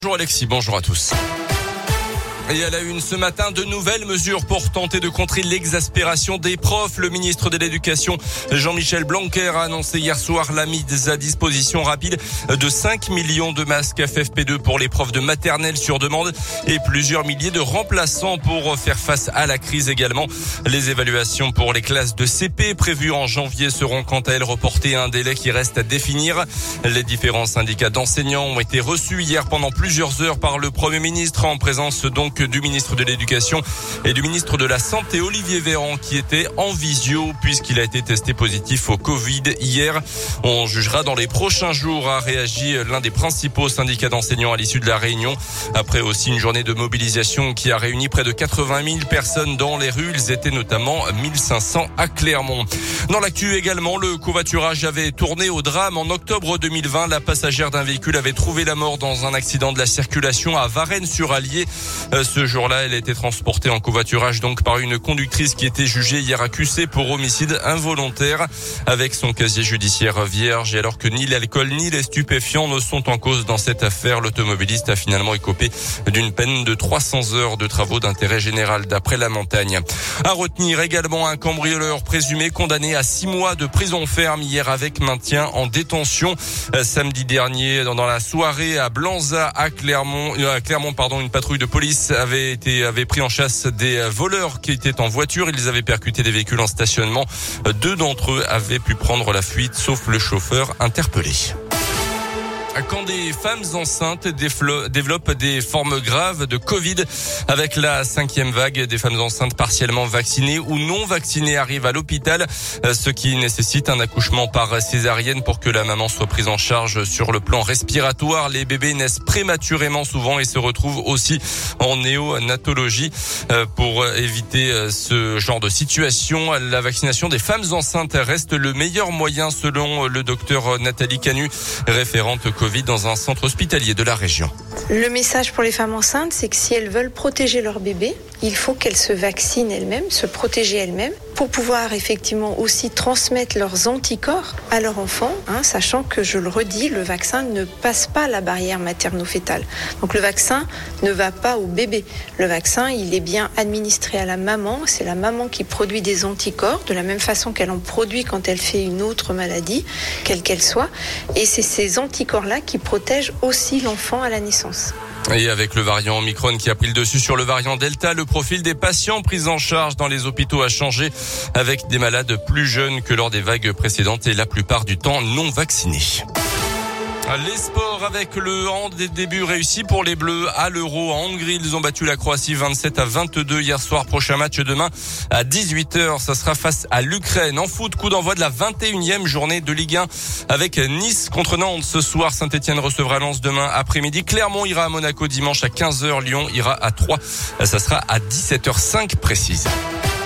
Bonjour Alexis, bonjour à tous. Et à la une ce matin, de nouvelles mesures pour tenter de contrer l'exaspération des profs. Le ministre de l'Éducation, Jean-Michel Blanquer, a annoncé hier soir la mise à disposition rapide de 5 millions de masques FFP2 pour les profs de maternelle sur demande et plusieurs milliers de remplaçants pour faire face à la crise également. Les évaluations pour les classes de CP prévues en janvier seront quant à elles reportées à un délai qui reste à définir. Les différents syndicats d'enseignants ont été reçus hier pendant plusieurs heures par le Premier ministre en présence donc du ministre de l'Éducation et du ministre de la Santé Olivier Véran qui était en visio puisqu'il a été testé positif au Covid hier. On jugera dans les prochains jours, a réagi l'un des principaux syndicats d'enseignants à l'issue de la réunion. Après aussi une journée de mobilisation qui a réuni près de 80 000 personnes dans les rues. Ils étaient notamment 1500 à Clermont. Dans l'actu également, le covoiturage avait tourné au drame. En octobre 2020, la passagère d'un véhicule avait trouvé la mort dans un accident de la circulation à Varennes-sur-Allier. Ce jour-là, elle a été transportée en covoiturage donc par une conductrice qui était jugée hier accusée pour homicide involontaire avec son casier judiciaire vierge. Et alors que ni l'alcool ni les stupéfiants ne sont en cause dans cette affaire, l'automobiliste a finalement écopé d'une peine de 300 heures de travaux d'intérêt général d'après La Montagne. À retenir également un cambrioleur présumé condamné à 6 mois de prison ferme hier avec maintien en détention. Samedi dernier, dans la soirée à Blanza, à Clermont, une patrouille de police avait pris en chasse des voleurs qui étaient en voiture. Ils avaient percuté des véhicules en stationnement. 2 d'entre eux avaient pu prendre la fuite, sauf le chauffeur interpellé. Quand des femmes enceintes développent des formes graves de Covid, avec la 5e vague, des femmes enceintes partiellement vaccinées ou non vaccinées arrivent à l'hôpital, ce qui nécessite un accouchement par césarienne pour que la maman soit prise en charge sur le plan respiratoire. Les bébés naissent prématurément souvent et se retrouvent aussi en néonatologie. Pour éviter ce genre de situation, la vaccination des femmes enceintes reste le meilleur moyen selon le docteur Nathalie Canu, référente Covid dans un centre hospitalier de la région. Le message pour les femmes enceintes, c'est que si elles veulent protéger leur bébé, il faut qu'elles se vaccinent elles-mêmes, se protéger elles-mêmes, pour pouvoir effectivement aussi transmettre leurs anticorps à leur enfant, sachant que, je le redis, le vaccin ne passe pas la barrière materno-fétale. Donc le vaccin ne va pas au bébé. Le vaccin, il est bien administré à la maman. C'est la maman qui produit des anticorps, de la même façon qu'elle en produit quand elle fait une autre maladie, quelle qu'elle soit. Et c'est ces anticorps-là qui protègent aussi l'enfant à la naissance. Et avec le variant Omicron qui a pris le dessus sur le variant Delta, le profil des patients pris en charge dans les hôpitaux a changé avec des malades plus jeunes que lors des vagues précédentes et la plupart du temps non vaccinés. Les sports avec le hand, des débuts réussis pour les Bleus à l'Euro en Hongrie. Ils ont battu la Croatie 27-22 hier soir. Prochain match demain à 18h. Ça sera face à l'Ukraine. En foot, coup d'envoi de la 21e journée de Ligue 1 avec Nice contre Nantes. Ce soir, Saint-Etienne recevra Lens demain après-midi. Clermont ira à Monaco dimanche à 15h. Lyon ira à Troyes. Ça sera à 17h05 précise.